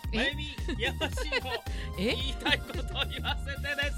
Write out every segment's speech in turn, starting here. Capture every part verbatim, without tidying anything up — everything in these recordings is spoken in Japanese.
まゆみやましいを言いたいことを言わせてです。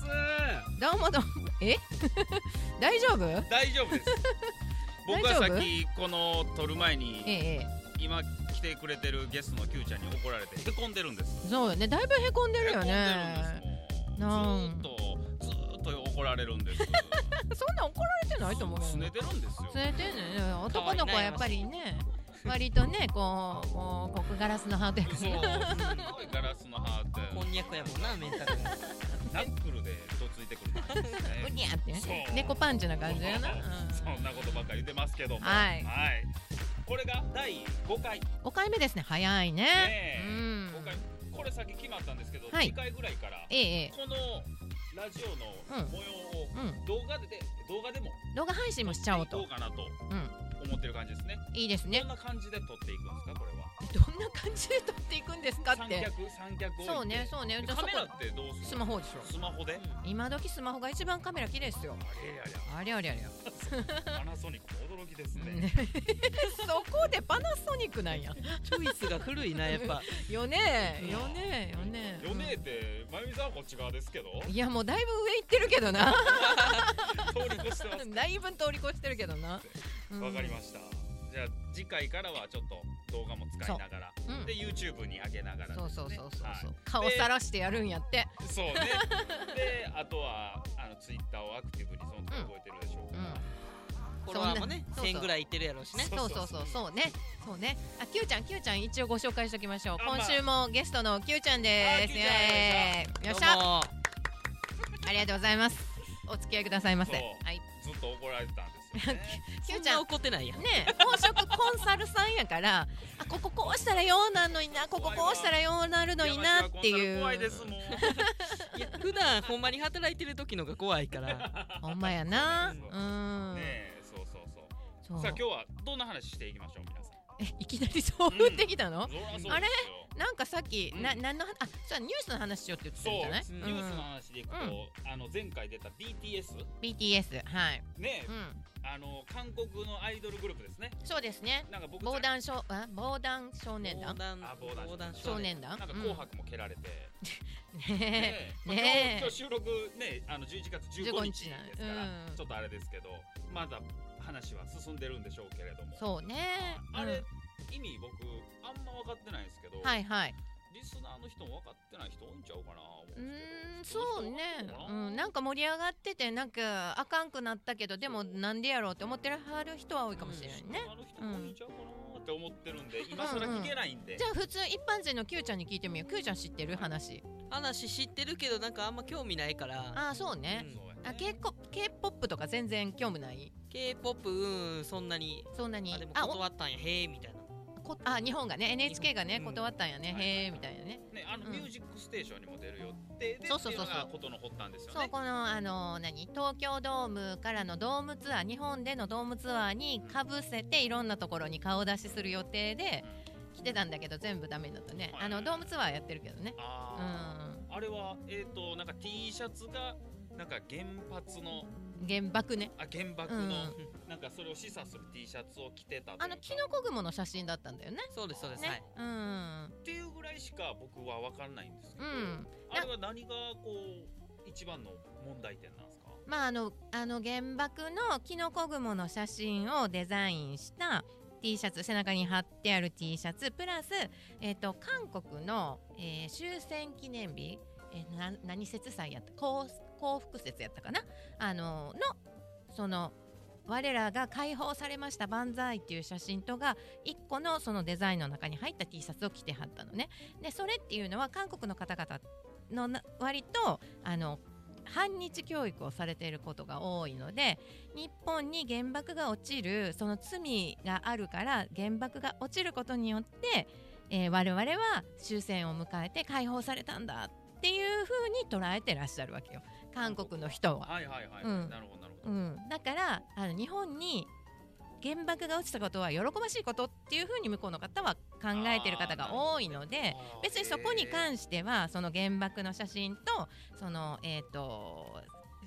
どうもどうも。え大丈夫？ 大丈夫です僕はさっきこの撮る前に、ええ、今来てくれてるゲストの Q ちゃんに怒られてへこんでるんです。 そうよね、だいぶへこんでるよね。 へこんでるんです。もうずーっとずーっと怒られるんですそんな怒られてないと思うよ。 すねてるんですよ。 すねてんねん。男の子はやっぱりね割とね、こう、こう、ここガラスのハートやから。 そう、すごいガラスのハートや。 こんにゃくやもんな、メンタル。 ナックルでどついてくる感じですね。 うにゃってね。猫パンチな感じだよな。 そんなことばっかり言ってますけども。 はい。 はい。これがだいごかい。 ごかいめですね。早いね。 ねうん。ごかい。これ先決まったんですけど、はい、にかいぐらいから、ええ、このラジオの模様を動画で、動画でも動画配信もしちゃおうと。 どうかなと。うん思ってる感じですね。 いいですね。 どんな感じで撮っていくんですかこれは。 どんな感じで撮っていくんですかって。 三脚三脚置いて。そうねそうね。 カメラってどうする？ スマホでしょ。 スマホで。 今時スマホが一番カメラ綺麗ですよ。あれあれあれあれ。 パナソニックも驚きですね。 そこでパナソニックなんや。 チョイスが古いなやっぱ。 よねよねよね。 よねってまゆみさんはこっち側ですけど。 いやもうだいぶ上行ってるけどな。 通り越してます。 だいぶ通り越してるけどな。 わかりました。じゃあ次回からはちょっと動画も使いながら、うん、で YouTube に上げながら、ね、 そうそうそうそう、はい、顔さらしてやるんやって。 そうねであとはあの Twitter をアクティブにその時覚えてるでしょうから、うんフォロワーもねせんぐらいいってるやろうしね。 そうそうそうそうねそうね。あ、Q ちゃん Q ちゃん一応ご紹介しておきましょう。今週もゲストの Q ちゃんです。よっしゃありがとうございます。お付き合いくださいませ。はい、 ずっと怒られてたんですよね。 Q ちゃん怒ってないやんね。本職コンサルさんやからあ、こここうしたらようなんのにな、こここうしたらようなるのになっていう。 怖いですもん。いや普段ほんまに働いてる時のが怖いからほんまやな。うん。 ねそうそうそう。さあ今日はどんな話していきましょう皆さん。 え、いきなりそう降ってきたの？あれなんかさっきな何のあ、そうニュースの話しようって言ってたんじゃない？ そうニュースの話でいくとあの前回出た ビーティーエスビーティーエス はいねあの韓国のアイドルグループですね。 そうですね。なんか僕防弾少あ防弾少年団あ防弾少年団なんか紅白も蹴られてねえね今日収録ねあのじゅういちがつじゅうごにちですからちょっとあれですけどまだ話は進んでるんでしょうけれども。 そうね。 あれ意味僕あんま分かってないんですけど。 はいはい。 リスナーの人も分かってない人多いんちゃうかな。 うーんそうね。うん、なんか盛り上がっててなんかあかんくなったけどでもなんでやろうって思ってるはる人は多いかもしれないね。 あの人多いんちゃうかなって思ってるんで今更聞けないんで。 じゃあ普通一般人の Q ちゃんに聞いてみよう。Q ちゃん知ってる話？ 話知ってるけどなんかあんま興味ないから。 ああそうね。あ K ポップとか全然興味ない？ K ポップうんそんなにそんなに。 あでも断ったんやへえみたいな。 あ日本がね エヌエイチケー がね断ったんやねへえみたいなね。 ねあのミュージックステーションにも出るよってでそうそうそうそうことの発端ですよね。 そうこのあの何東京ドームからのドームツアー日本でのドームツアーにかぶせていろんなところに顔出しする予定で来てたんだけど全部ダメになったね。あのドームツアーやってるけどね。 ああれはえっとなんか T シャツがなんか原発の原爆ね。 あ原爆の、うん、なんかそれを示唆する T シャツを着てたあのキノコ雲の写真だったんだよね。 そうですそうです、 ね、 はい、 うん、 っていうぐらいしか僕は分かんないんですけど、うん、あれは何がこう一番の問題点なんですか？ まああのあの原爆のキノコ雲の写真をデザインした T シャツ背中に貼ってある T シャツプラス、えー、と韓国の、えー、終戦記念日、えー、な何節祭やった幸幸福節やったかなあののその我らが解放されました万歳っていう写真とがいっこのそのデザインの中に入った T シャツを着てはったのね。でそれっていうのは韓国の方々の割とあの反日教育をされていることが多いので日本に原爆が落ちるその罪があるから原爆が落ちることによって、えー、我々は終戦を迎えて解放されたんだっていう風に捉えてらっしゃるわけよ韓国の人は。 はいはいはい、うん、なるほどなるほど、 うん、だからあの日本に原爆が落ちたことは喜ばしいことっていう風に向こうの方は考えている方が多いので別にそこに関してはその原爆の写真とその、えー、と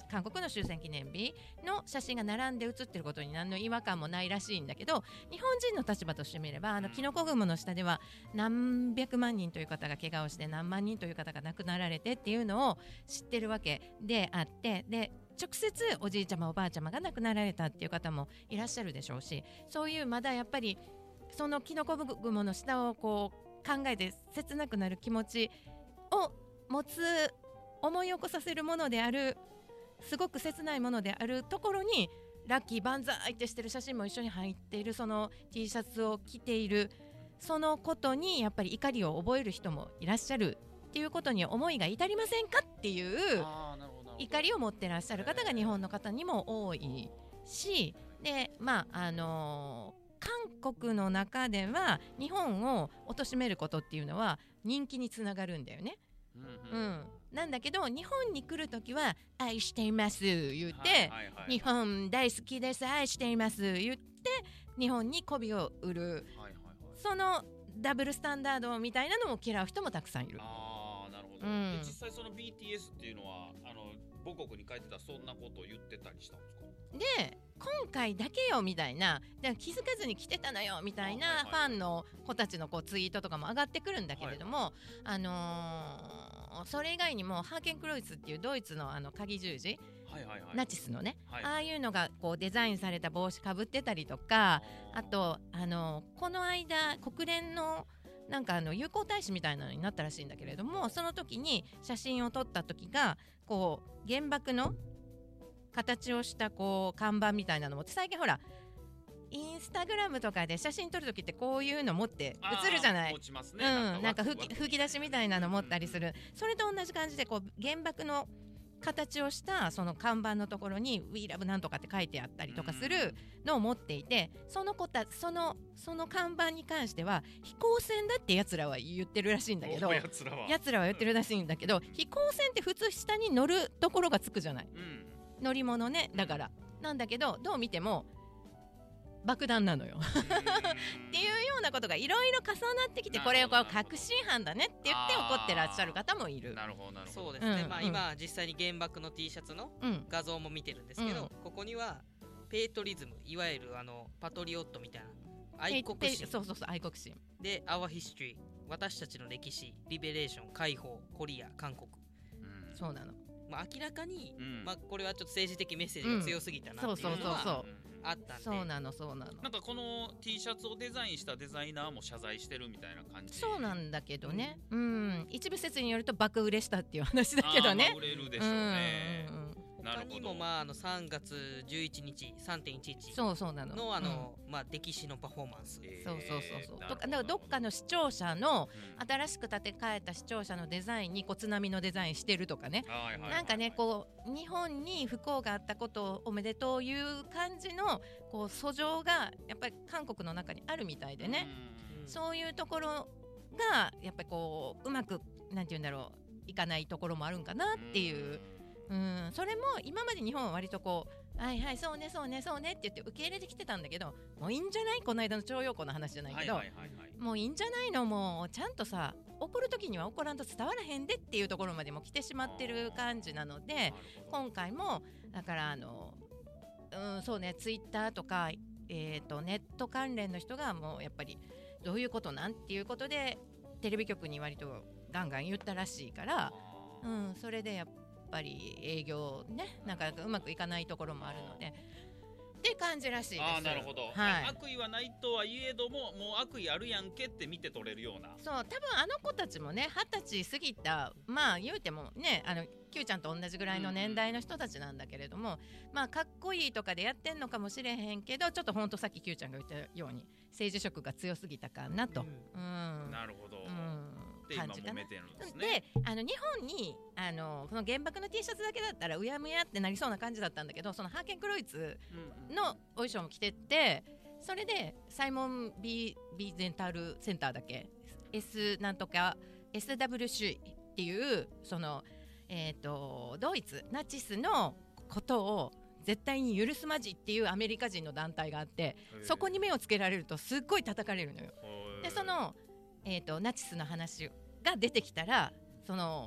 韓国の終戦記念日の写真が並んで写ってることに何の違和感もないらしいんだけど、日本人の立場としてみればあのキノコ雲の下では何百万人という方が怪我をして何万人という方が亡くなられてっていうのを知ってるわけであって、で直接おじいちゃまおばあちゃまが亡くなられたっていう方もいらっしゃるでしょうし、そういうまだやっぱりそのキノコ雲の下をこう考えて切なくなる気持ちを持つ、思い起こさせるものである、すごく切ないものであるところにラッキー万歳ってしてる写真も一緒に入っている、その T シャツを着ているそのことにやっぱり怒りを覚える人もいらっしゃるっていうことに思いが至りませんかっていう怒りを持ってらっしゃる方が日本の方にも多いし、でまああのー韓国の中では日本を貶めることっていうのは人気につながるんだよね、うんうん、なんだけど日本に来るときは愛しています言って、はいはいはい、日本大好きです愛しています言って日本に媚びを売る、はいはいはい、そのダブルスタンダードみたいなのも嫌う人もたくさんいる。 あーなるほど、うん、で実際その ビーティーエス っていうのはあの母国に帰ってたらそんなことを言ってたりしたんですか？ で今回だけよみたいな、気づかずに来てたのよみたいなファンの子たちのこうツイートとかも上がってくるんだけれども、はい、あのー、それ以外にもハーケンクロイツっていうドイツのあの鍵十字、はいはいはい、ナチスのね、はい、ああいうのがこうデザインされた帽子かぶってたりとか、あと、あのー、この間国連のなんかあの友好大使みたいなのになったらしいんだけれども、その時に写真を撮った時がこう原爆の形をしたこう看板みたいなのも、最近ほらインスタグラムとかで写真撮るときってこういうの持って写るじゃない。 持ちますね、 うん、なんか吹き、吹き出しみたいなの持ったりする、それと同じ感じでこう原爆の形をしたその看板のところに We love なんとかって書いてあったりとかするのを持っていて、その子たそのその看板に関しては飛行船だってやつらは言ってるらしいんだけど、 やつらはやつらは言ってるらしいんだけど、飛行船って普通下に乗るところがつくじゃない、うん、乗り物ね、だからなんだけどどう見ても爆弾なのよっていうようなことがいろいろ重なってきて、これをこう確信犯だねって言って怒ってらっしゃる方もいる。 なるほどなるほど。 そうですね、うん、まあ、今実際に原爆の T シャツの画像も見てるんですけど、うん、ここにはペイトリズム、いわゆるあのパトリオットみたいな愛国心、 そうそうそう愛国心で Our History 私たちの歴史、リベレーション、解放、コリア、韓国、 うん、そうなの。 まあ、明らかに、うん、まあ、これはちょっと政治的メッセージが強すぎたなっていうのはあったんで、 そうなのそうなの。 なんかこの T シャツをデザインしたデザイナーも謝罪してるみたいな感じ。 そうなんだけどね、うん、うん、一部説によると爆売れしたっていう話だけどね。 あ、まあ、売れるでしょうね、うんうんうん、 他にも、まあ、あのさんがつじゅういちにち さんてんいちいちそうそうなのの、あの、うん、まあ、歴史のパフォーマンス、 えー、そうそうそうそう、とかだからどっかの視聴者の、うん、新しく建て替えた視聴者のデザインにこう津波のデザインしてるとかね、はいはいはいはい、なんかねこう日本に不幸があったことをおめでとういう感じのこう訴状がやっぱり韓国の中にあるみたいでね、うん、そういうところがやっぱりこううまくなんて言うんだろういかないところもあるんかなっていう、うん、それも今まで日本は割とこうはいはいそうねそうねそうねって言って受け入れてきてたんだけど、もういいんじゃない、この間の徴用工の話じゃないけど、はいはいはいはい、もういいんじゃないの、もうちゃんとさ怒る時には怒らんと伝わらへんでっていうところまでも来てしまってる感じなので、今回もだからあのうんそうねツイッターとか、えーと、ネット関連の人がもうやっぱりどういうことなんっていうことでテレビ局に割とガンガン言ったらしいから、うん、それでやっぱやっぱり営業ねなかなかうまくいかないところもあるのでって感じらしいです。 あ、なるほど、はい、悪意はないとはいえどももう悪意あるやんけって見て取れるような。 そう、多分あの子たちもねはたち過ぎた、まあ言うてもねあの Q ちゃんと同じぐらいの年代の人たちなんだけれども、うん、まあかっこいいとかでやってんのかもしれへんけど、ちょっとほんとさっき Q ちゃんが言ったように政治色が強すぎたかなと、うんうん、 なるほど、 うんで今揉めてるんですね。 であの日本にあのこの原爆の T シャツだけだったらうやむやってなりそうな感じだったんだけど、そのハーケンクロイツのお衣装も着てって、それでサイモン・ビー・ビーゼンタルセンターだっけ S なんとか エスダブリューシー っていうその、えー、とドイツナチスのことを絶対に許すまじっていうアメリカ人の団体があって、そこに目をつけられるとすっごい叩かれるのよ。でそのえー、とナチスの話が出てきたらその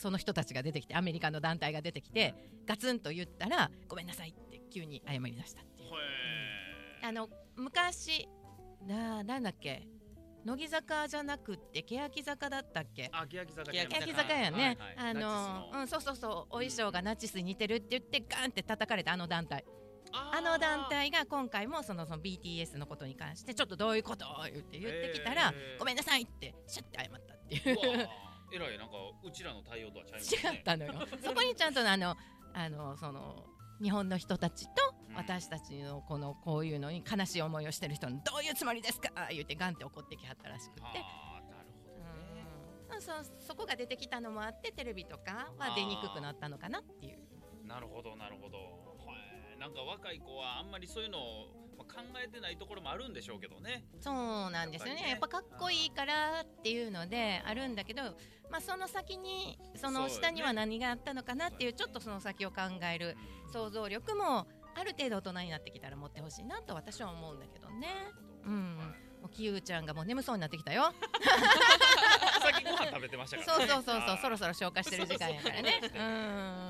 その人たちが出てきてアメリカの団体が出てきて、うん、ガツンと言ったらごめんなさいって急に謝り出したっていう、うん、あの昔な、なんだっけ乃木坂じゃなくって欅坂だったっけ。 あ、欅坂欅坂やね、はいはい、あのうん、そうそうそう、お衣装がナチスに似てるって言ってガンって叩かれたあの団体、あ, あの団体が今回もそのその ビーティーエス のことに関してちょっとどういうことを言って言ってきたら、えー、ごめんなさいってシャッて謝ったっていう。 えらい、なんかうちらの対応とは違いますね。 違ったのよそこにちゃんとあのあのその日本の人たちと私たちのこのこういうのに悲しい思いをしてる人にどういうつもりですか言ってガンって怒ってきはったらしくて、 あ、なるほどね、 うん、そ, そこが出てきたのもあってテレビとかは出にくくなったのかなっていう。 なるほどなるほど、なんか若い子はあんまりそういうのを考えてないところもあるんでしょうけどね。 そうなんですよ ね, や, ねやっぱかっこいいからっていうのであるんだけど、まあ、その先にその下には何があったのかなっていうちょっとその先を考える想像力もある程度大人になってきたら持ってほしいなと私は思うんだけどね。うん、もうきゆうちゃんがもう眠そうになってきたよさっきご飯食べてましたからね。 そうそうそうそう、そろそろ消化してる時間やからね。うん、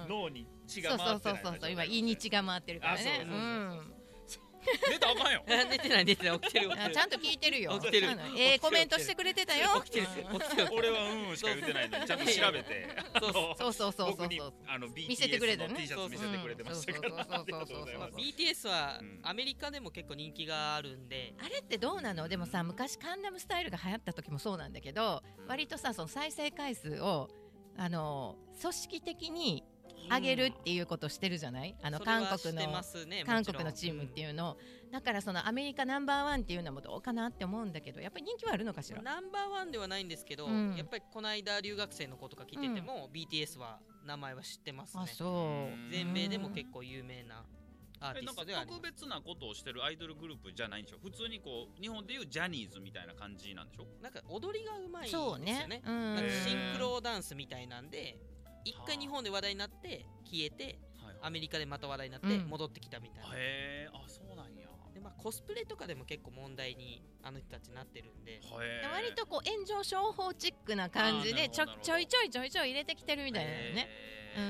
脳に血が回ってない。 そうそうそうそう、今胃に血が回ってるからね。 寝たらあかんよ寝てない寝てない、起きてる起きてる、 ちゃんと聞いてるよ。 起きてる、 ええコメントしてくれてたよ。 起きてる起きてる。 俺はうんしか言ってないのにちゃんと調べて、 そうそうそうそうそう、 あの見せてくれたね。 T シャツ見せてくれてましたから。 ビーティーエス はアメリカでも結構人気があるんで、 あれってどうなの。でもさ、昔カンナムスタイルが流行った時もそうなんだけど、割とさその再生回数をあの組織的に上げるっていうことをしてるじゃない、あの韓国の、ね、韓国のチームっていうの、うん、だからそのアメリカナンバーワンっていうのもどうかなって思うんだけど、やっぱり人気はあるのかしら。 ナンバーワンではないんですけど、うん、やっぱりこの間留学生の子とか来てても、うん、ビーティーエス は名前は知ってますね。 あ、そう全米でも結構有名なアーティストではあります。 なんか特別なことをしてるアイドルグループじゃないんでしょ。普通にこう日本でいうジャニーズみたいな感じなんでしょ。 なんか踊りがうまいんですよね。 そうね、うん、 なんかシンクロダンスみたいなんで一回日本で話題になって消えて、はいはい、アメリカでまた話題になって戻ってきたみたいな、うん、 へー、あ、そうなんや。 で、まあ、コスプレとかでも結構問題にあの人たちなってるんで、 割とこう炎上商法チックな感じでちょちょいちょいちょいちょい入れてきてるみたいなのね、うん、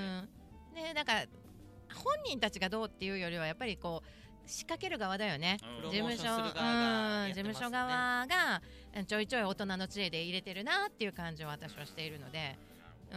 でだから本人たちがどうっていうよりはやっぱりこう仕掛ける側だよね、 うん、 事務所、 うん、 事務所側がちょいちょい大人の知恵で入れてるなっていう感じを私はしているので、うん、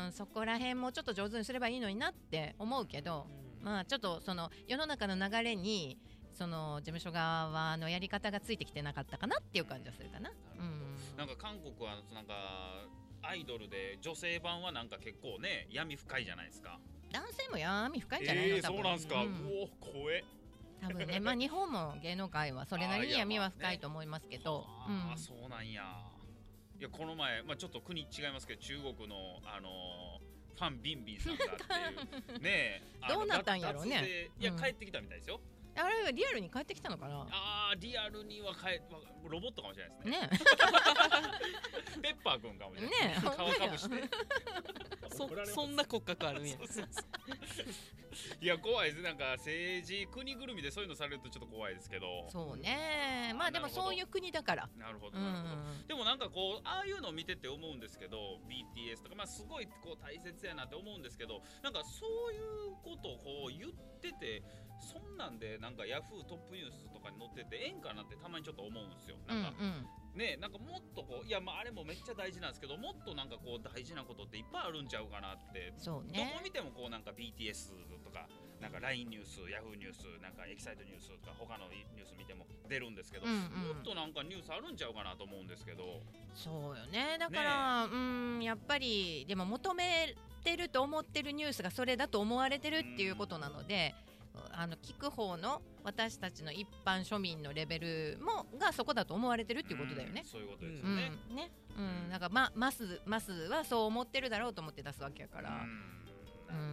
そこら辺もちょっと上手にすればいいのになって思うけど、うん、まあちょっとその世の中の流れにその事務所側のやり方がついてきてなかったかなっていう感じはするかな。うん、 なんか韓国はなんかアイドルで女性版はなんか結構ね闇深いじゃないですか。 男性も闇深いんじゃないの、 えー、そうなんですか、うん、おお怖え。 多分ね、まあ日本も芸能界はそれなりに闇は深いと思いますけど、 あ、ね、うん、あ、そうなんや。いや、この前、まあ、ちょっと国違いますけど中国の、あのー、ファンビンビンさんがっていうねえどうなったんやろうね。 いや、帰ってきたみたいですよ。 あれはリアルに帰ってきたのかな。 あー、リアルには帰ロボットかもしれないですね。 ねペッパーくんかもしれないね。顔かぶしてそ, そんな骨格あるんや。 いや、怖いです。なんか政治国ぐるみでそういうのされるとちょっと怖いですけど。 そうね、まあでもそういう国だから。 なるほどなるほど、うん、でもなんかこうああいうのを見てて思うんですけど ビーティーエス とか、まあ、すごいこう大切やなって思うんですけど、なんかそういうことをこう言ってて、そんなんでなんかヤフートップニュースとかに載っててええんかなってたまにちょっと思うんですよ。なんか、うんうん、ね、なんかもっとこう、いや、まああれもめっちゃ大事なんですけど、もっとなんかこう大事なことっていっぱいあるんちゃうかなって。 そうね、 どこ見てもこうなんか ビーティーエス とかなんか ライン ニュース、ヤフーニュース、なんかエキサイトニュースとか他のニュース見ても出るんですけど、うんうん、もっとなんかニュースあるんちゃうかなと思うんですけど。 そうよね。だから、ね、うん、やっぱりでも求めてると思ってるニュースがそれだと思われてるっていうことなので、あの聞く方の私たちの一般庶民のレベルもがそこだと思われてるっていうことだよね。 うん、そういうことですよね。 うん、ね、うん、なんかまマスマスはそう思ってるだろうと思って出すわけやから。うん、うん、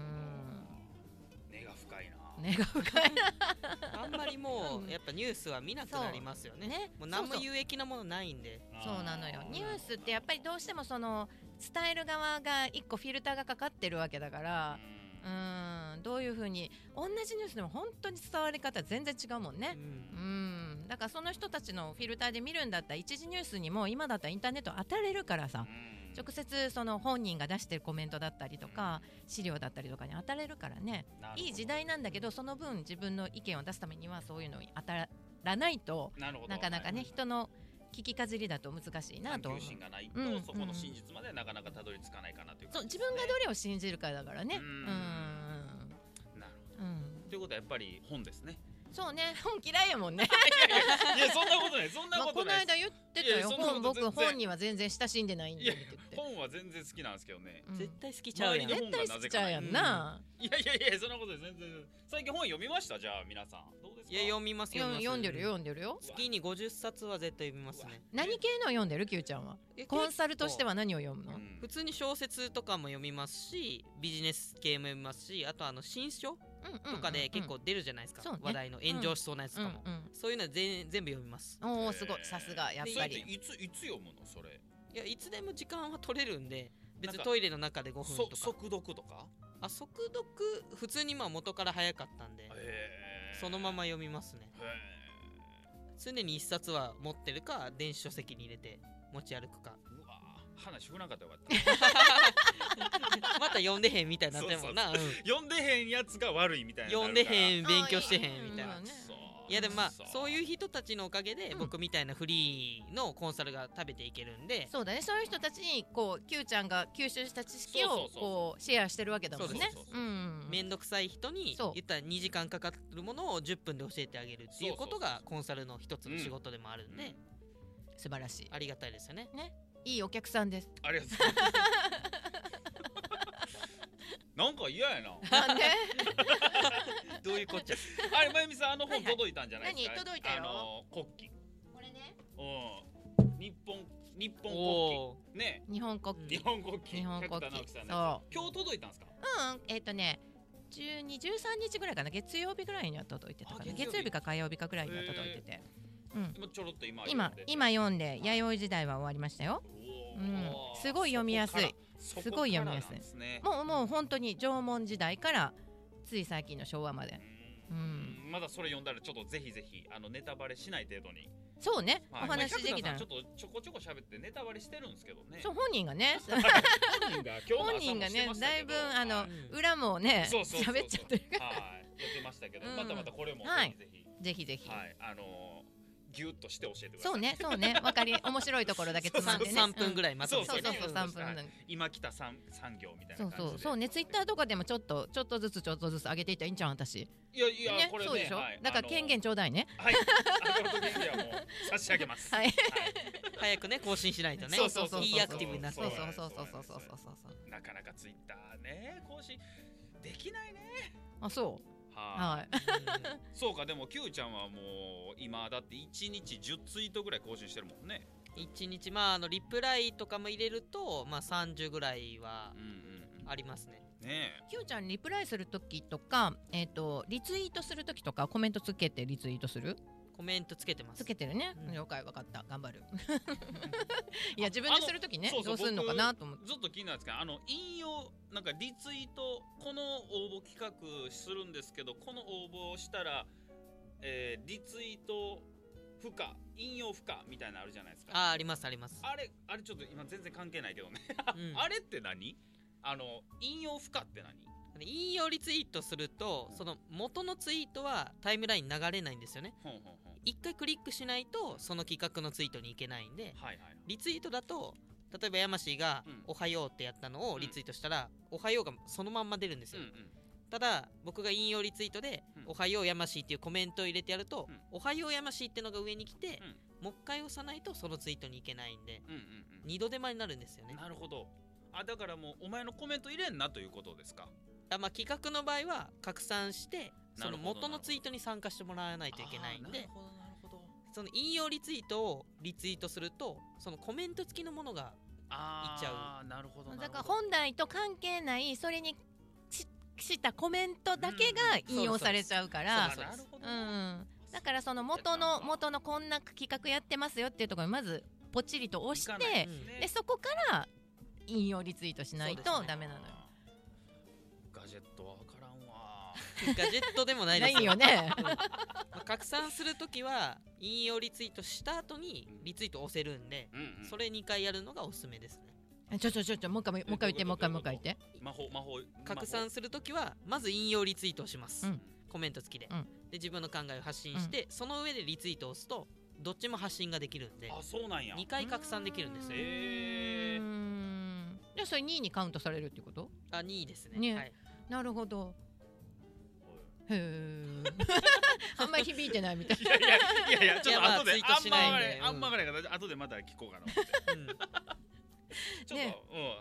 根が深いな。 根が深いな。あんまりもうやっぱニュースは見なくなりますよね。ね、もう何も有益なものないんで。 そうなのよ。ニュースってやっぱりどうしてもその伝える側が一個フィルターがかかってるわけだから。うん、どういう風に同じニュースでも本当に伝わり方全然違うもんね、うん、うん、だからその人たちのフィルターで見るんだったら一時ニュースにも今だったらインターネット当たれるからさ、 直接その本人が出してるコメントだったりとか、うん、資料だったりとかに当たれるからね、いい時代なんだけど、その分自分の意見を出すためにはそういうのに当たらないと な, なかなかね、はい、人の聞きかじりだと難しいなと思う。 探求心がないと、うん、そこの真実までなかなかたどり着かないかなという、ね、そう自分がどれを信じるかだからね。うん、 うんなるほど、うん、ということはやっぱり本ですね。 そうね、本嫌いやもんね。 いやいやいや、そんなことない、そんなことない、 まあ、この間言ってたよ、本僕本には全然親しんでないんでって言って。 本は全然好きなんですけどね、 うん、絶対好きちゃうやん。 絶対好きちゃうやんな、 うん、いやいやいや、そんなことで全然。最近本読みました？じゃあ皆さんどうですか？ いや読みます読みます。 読んでるよ読んでるよ。 月にごじゅっさつは絶対読みますね。 何系の読んでる？ Q ちゃんはコンサルとしては何を読むの？うん、 普通に小説とかも読みますし、ビジネス系も読みますし、あとあの新書とかで結構出るじゃないですか、うんうんうん、話題の炎上しそうなやつとかも、うんうんうん、そういうのは全全部読みます。 おーすごい、さすがやっぱり。 いついつ読むのそれ？ いやいつでも時間は取れるんで、別にトイレの中でごふんとか。 速読とか？ あ、速読普通にまあ元から早かったんで、そのまま読みますね。常に一冊は持ってるか電子書籍に入れて持ち歩くか。 うわ話振らなかったらよかったまた読んでへんみたいになってもんな。 読んでへんやつが悪いみたいな。 読んでへん勉強してへんみたいな。いやでもまあそういう人たちのおかげで僕みたいなフリーのコンサルが食べていけるんで、 そうだね、そういう人たちにこう Q ちゃんが吸収した知識をこうシェアしてるわけだもんね。 めんどくさい人に言ったらにじかんかかるものをじゅっぷんで教えてあげるっていうことがコンサルの一つの仕事でもあるんで、 素晴らしい、 ありがたいですよね。 ね、いいお客さんです。 ありがとうございますなんか嫌やな。 なんでどういうこっちゃ。 あれ、まゆみさん、あの本届いたんじゃないですか？ 何届いたよ。 あの国旗。 これね。 うん。日本日本国旗ね。 日本国旗。 日本国旗。 日本国旗。そう。 今日届いたんですか？ うん。えっとね、じゅうに、じゅうさんにちぐらいかな。月曜日ぐらいには届いてたかな。月曜日か火曜日かぐらいには届いてて。うん。 ちょろっと今今今読んで弥生時代は終わりましたよ。うん。すごい読みやすい。すごい読みやすい、ね、もうもう本当に縄文時代からつい最近の昭和まで、 うん、まだそれ読んだらちょっとぜひぜひあのネタバレしない程度に。 そうね、 はい、 お話できたら、 まあ、ちょっとちょこちょこ喋ってネタバレしてるんですけどね。 そう本人がね本人がねだいぶあの、はい、裏もね喋っちゃってるから、 はい、やってましたけど、うん、またまたこれもぜひぜひ、 はい、ぜひぜひ、 はい、あのーギュッとして教えてください。 そうね、そうね、わかり、面白いところだけつまんでね。 さんぷんぐらいまとめて。 そうそうそう、さんぷん。 今来た三三行みたいな感じで。 そうそうそうね、ツイッターとかでもちょっとちょっとずつちょっとずつ上げていったらいいんちゃう私。 いやいやこれね。 そうでしょ。だから権限ちょうだいね。 はい。アカウント権限はもう差し上げます。 はい。 早くね更新しないとね。 そうそうそう。 いいアクティブになって。 そうそうそうそうそうそうそう。 なかなかツイッターね更新できないね。 あ、そう。 はい、そうか。でも Q ちゃんはもう今だっていちにちじゅうツイートぐらい更新してるもんね。 いちにちまああのリプライとかも入れるとまあさんじゅうぐらいはありますね。 うんうんうん、ねえ Q ちゃんリプライするときとか、えーとリツイートするときとかコメントつけてリツイートする？ コメントつけてます。 つけてるね。うん、了解、分かった。頑張る。いや自分でするときね、どうするのかなと思って。 ずっと気になるんですけど、あの引用なんかリツイートこの応募企画するんですけど、この応募をしたら、えー、リツイート不可、引用不可みたいなのあるじゃないですか。 あ、ありますあります。 あれあれちょっと今全然関係ないけどね。うん、あれって何？あの引用不可って何？ 引用リツイートするとその元のツイートはタイムラインに流れないんですよね。ほんほんほん、一回クリックしないとその企画のツイートに行けないんで、はいはい、リツイートだと例えばヤマシーがおはようってやったのをリツイートしたら、うん、おはようがそのまんま出るんですよ。うんうん、ただ僕が引用リツイートで、うん、おはようヤマシーっていうコメントを入れてやると、うん、おはようヤマシーってのが上に来て、うん、もう一回押さないとそのツイートに行けないんで、うんうんうん、二度手間になるんですよね。 なるほど。あ、だからもうお前のコメント入れんなということですか？ あ、まあ、企画の場合は拡散してその元のツイートに参加してもらわないといけないんで、その引用リツイートをリツイートするとそのコメント付きのものがいっちゃう。 あ、なるほど。 だから本来と関係ないそれに し, したコメントだけが引用されちゃうから、だからその元の元のこんな企画やってますよっていうところにまずポチリと押して、ね、でそこから引用リツイートしないとダメなのよ。 ガジェットは分からんわ。 ガジェットでもないですよ。 ないよね。 拡散するときは引用リツイートした後にリツイート押せるんで、うんうん、それにかいやるのがおすすめですね。 ちょちょちょちょもう一回もう一回言ってもう一回もう一回言って魔法魔法拡散するときはまず引用リツイートをします、 うん、 コメント付きで、 うん、 で自分の考えを発信して、うん、その上でリツイートを押すとどっちも発信ができるんで、 あ、そうなんや、 にかい拡散できるんですよ。 へー。じゃあそれにいにカウントされるってこと？ あ、にいですね。 ね、 はい、 なるほど。へーあんまり響いてないみたい。 いやいやいやいや、ちょっと後で、 ツイートしないんで、 あんまがないから後でまた聞こうかな思って。うん、ちょっと、 ね、 うん、はい、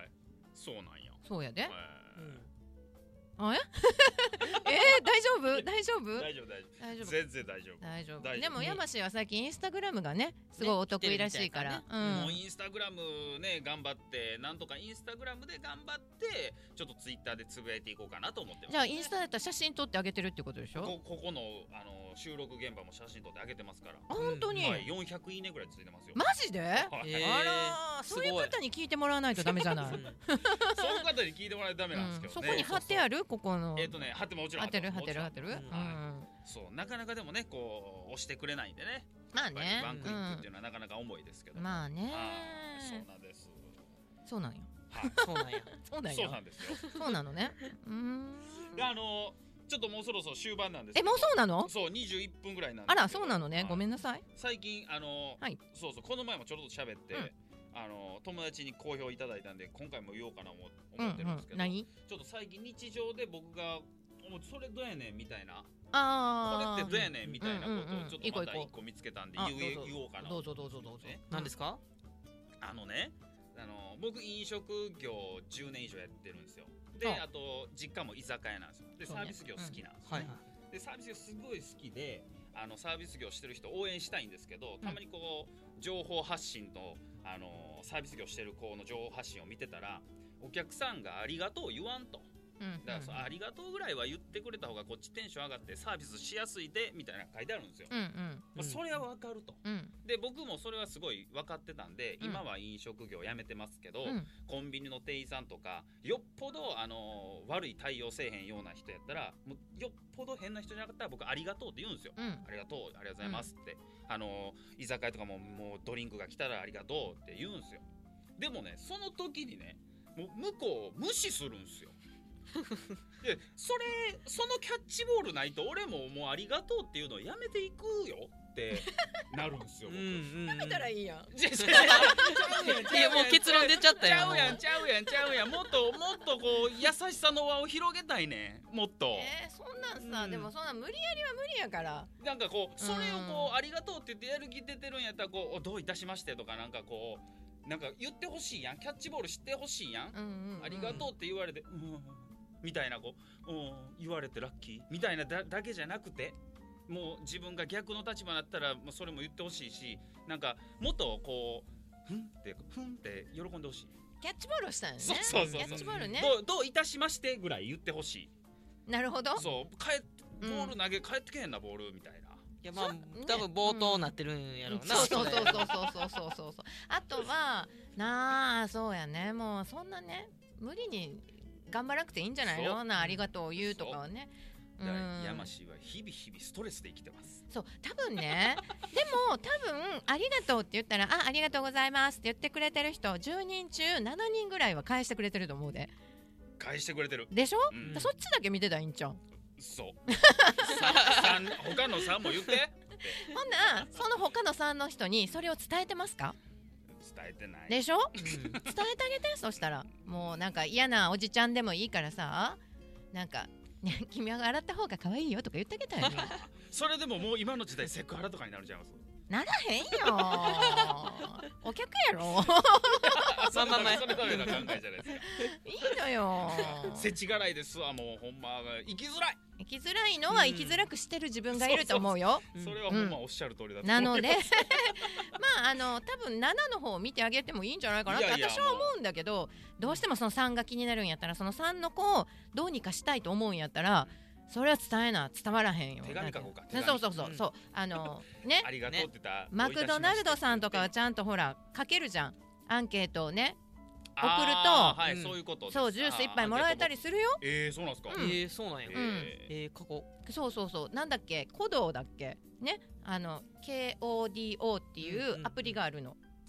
そうなんや。 そうやで。 はい、 うん、あええー、大丈夫大丈夫大丈夫大丈夫大丈夫全然大丈夫大丈夫大丈夫。 でも山氏は最近インスタグラムがねすごいお得意らしいから、ね、 うん、もうインスタグラムね頑張ってなんとかインスタグラムで頑張ってちょっとツイッターでつぶやいていこうかなと思ってます、ね、 じゃあインスタだったら写真撮ってあげてるってことでしょ。 こ, ここのあの収録現場も写真撮ってあげてますから。 あ、本当に、 はい、よんひゃくいいねぐらいついてますよ。 マジで、はい、 えー、 あらそういう方に聞いてもらわないとダメじゃないそういう方に聞いてもらわないとダメなんですけどね、 うん、そこに貼ってあるここのえっ、ー、とね貼ってもちろん貼ってる貼ってる貼ってる、うん、 はい、そうなかなかでもねこう押してくれないんでね、 まあねワンクリックっていうのはなかなか重いですけど、 うん、まあねそうなんです。 そうなんやはい、 そうなんやそうなんやそうなんですよそうなのねうーんあのちょっともうそろそろ終盤なんですけえど。 もうそうなの。 そうにじゅういっぷんぐらいなんですけど。 あらそうなのね、はい、ごめんなさい。 最近あの、 はい、 そうそうこの前もちょろっと喋って、うん、あの友達に好評いただいたんで今回も言おうかな思ってるんですけど、 うんうん、何ちょっと最近日常で僕がそれどうやねんみたいな、 あこれってどうやねんみたいなことをちょっとまた一個見つけたんで言おうかな。 どうぞどうぞどうぞ。 何ですか。 あのねあの僕飲食業じゅうねん以上やってるんですよ。で あ, あと実家も居酒屋なんですよ。でサービス業好きなんですよ、ね、うんはい、でサービス業すごい好きであのサービス業してる人応援したいんですけど、たまにこう情報発信とあのサービス業してる子の情報発信を見てたらお客さんがありがとう言わんと、うん、だからそのありがとうぐらいは言ってくれた方がこっちテンション上がってサービスしやすいでみたいな書いてあるんですよ、うんうんまあ、それは分かると、うん、で僕もそれはすごい分かってたんで、うん、今は飲食業やめてますけど、うん、コンビニの店員さんとかよっぽどあの悪い対応せえへんような人やったらもうよっぽど変な人じゃなかったら僕ありがとうって言うんですよ、うん、ありがとうありがとうございますって、うん、あの居酒屋とかももうドリンクが来たらありがとうって言うんですよ。でもねその時にねもう向こう無視するんですよでそれそのキャッチボールないと俺ももうありがとうっていうのをやめていくよってなるんですよ僕。 やめたらいいやん。いやもう結論出ちゃったよ。 ちゃうやんちゃうやんちゃうやんもっともっとこう優しさの輪を広げたいねもっと。 えー、そんなんさ、うん、でもそんな無理やりは無理やから。 なんかこうそれをこうありがとうって言ってやる気出てるんやったらこうどういたしましてとかなんかこうなんか言ってほしいやんキャッチボールしてほしいやん、うんうんうん、ありがとうって言われてうんみたいなこう、うん、言われてラッキーみたいな だ, だけじゃなくてもう自分が逆の立場だったらもうそれも言ってほしいしなんかもっとこうふんってふんって喜んでほしいキャッチボールをしたんよね。 そうそうそうそうキャッチボールねどう、どういたしましてぐらい言ってほしい。 なるほど。 そう帰ボール投げ、うん、帰ってけへんなボールみたいな。 いやまあ、ね、多分冒頭なってるんやろうな、 うん、そうそうそうそうそうそうそうそうあとはなあそうやねもうそんなね無理に頑張らなくていいんじゃないのなありがとう言うとかはね。 だから山氏は日々日々ストレスで生きてます。 そう多分ねでも多分ありがとうって言ったらあありがとうございますって言ってくれてる人じゅうにん中ななにんぐらいは返してくれてると思うで。 返してくれてるでしょ、うん、そっちだけ見てたらいいんちゃう。 そうさん他のさんも言ってほんならその他のさんの人にそれを伝えてますか。 伝えてないでしょ、うん、伝えてあげてそしたらもうなんか嫌なおじちゃんでもいいからさなんか、ね、君は洗った方が可愛いよとか言ってあげたよねそれでももう今の時代セクハラとかになるじゃん。 ならへんよお客やろまあまあまあそれダメな考えじゃないですかいいのよせちがらいですわもうほんま生きづらい生きづらいのは生きづらくしてる自分がいると思うよ、 うん、それはほんまおっしゃる通りだと思います、 なのでまああの多分ななの方を見てあげてもいいんじゃないかなって私は思うんだけどどうしてもそのさんが気になるんやったらそのさんの子をどうにかしたいと思うんやったらそれは伝えな伝わらへんよ。 手紙書こうか。 そうそうそう、うん、そうあのねありがとうって言ったらマクドナルドさんとかはちゃんとほら書けるじゃんアンケートをね送ると、 はい、うん、そういうことです。 そうジュース一杯もらえたりするよ。 えー、そうなんですか。 うん、 えー、そうなんや。うん、えー、過去。 そうそうそうなんだっけコドーだっけねあの ケーオーディーオー っていうアプリがあるの。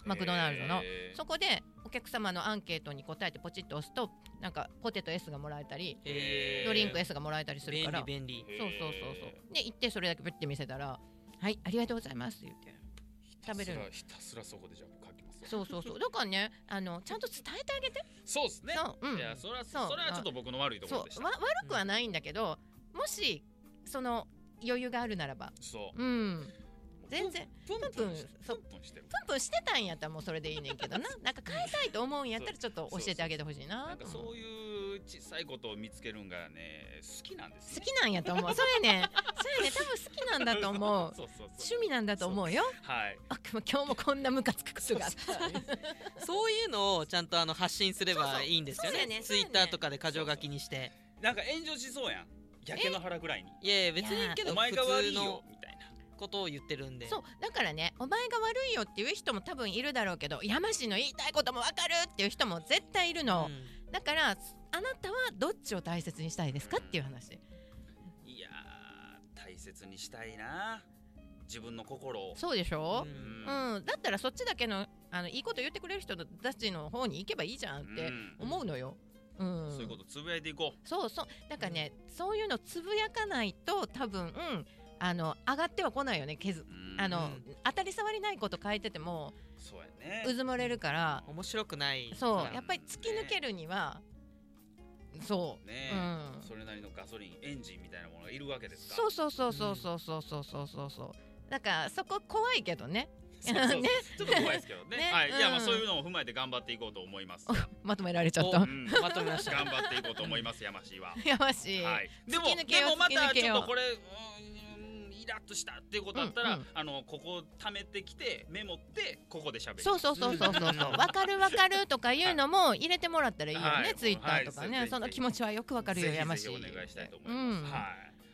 マクドナルドのそこでお客様のアンケートに答えてポチッと押すとなんかポテト S がもらえたりドリンク S がもらえたりするから便利便利。 そうそうそうそうで行ってそれだけブッて見せたらはいありがとうございますって言って食べれる。 ひたすらそこでじゃあ書きます。 そうそうそうだからねあのちゃんと伝えてあげて。 そうですね。 そう、うん、 いやそれはそれはちょっと僕の悪いところでした。 そうわ悪くはないんだけど、うん、もしその余裕があるならばそううん全然プンプンプンプンプンプンしてる。 プンプンしてたんやったらもうそれでいいねんけどななんか買いたいと思うんやったらちょっと教えてあげてほしいな。 なんかそういう小さいことを見つけるんがね好きなんですね。 好きなんやと思う。それねそれね多分好きなんだと思う。 そうそうそう趣味なんだと思うよ。 はい。 あ今日もこんなムカつくことがあった。 そういうのをちゃんとあの発信すればいいんですよね。ツイッターとかで箇条書きにして。 なんか炎上しそうやん。焼け野原ぐらいに。 いやいや別にいいけどお前が悪いよみたいなことを言ってるんで。 そうだからねお前が悪いよっていう人も多分いるだろうけど山氏の言いたいことも分かるっていう人も絶対いるの、うん、だからあなたはどっちを大切にしたいですかっていう話。 いやー大切にしたいな自分の心を。 そうでしょ、 うん、 うん、だったらそっちだけの、あのいいこと言ってくれる人たちの方に行けばいいじゃんって思うのよ、うん、 そういうことつぶやいていこう。 そうそうだからね、うん、そういうのつぶやかないと多分、うん、あの上がってはこないよね。けずあの当たり障りないこと書いててもそうやね、 うずもれるから面白くない。 そうやっぱり突き抜けるには、ね、そうね、うん、それなりのガソリンエンジンみたいなものがいるわけですか。 そうそうそうそうそうそうそうそうそうそうだからそこ怖いけどね。 そうそうそうね、ちょっと怖いですけどね。ねはい、うん、いやまあそういうのを踏まえて頑張っていこうと思います。 まとめられちゃった。うん、まとめました。頑張っていこうと思います。山氏は。 山氏。はい。 でもでもまたちょっとこれ、うん、イラッとしたっていうことだったら、うんうん、あのここ貯めてきてメモってここで喋る。 そうそうそうそうそうそう。わかるわかるとかいうのも入れてもらったらいいよね。はい、ツイッターとかね、はい、その気持ちはよくわかるよ山氏。 ぜひぜひお願いしたいと思います。うん、はい。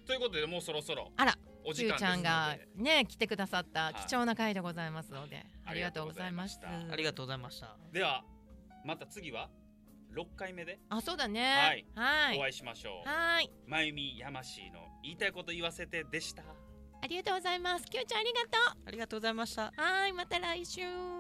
ということでもうそろそろ。 あら。Q ちゃんがね来てくださった貴重な回でございますので、はい、ありがとうございました。 ありがとうございました。 ではまた次はろっかいめで、 あそうだね、 はい、はい、お会いしましょう。 はい、 まゆみやましーの言いたいこと言わせてでした。 ありがとうございます。Q ちゃんありがとう。 ありがとうございました。 はい、また来週。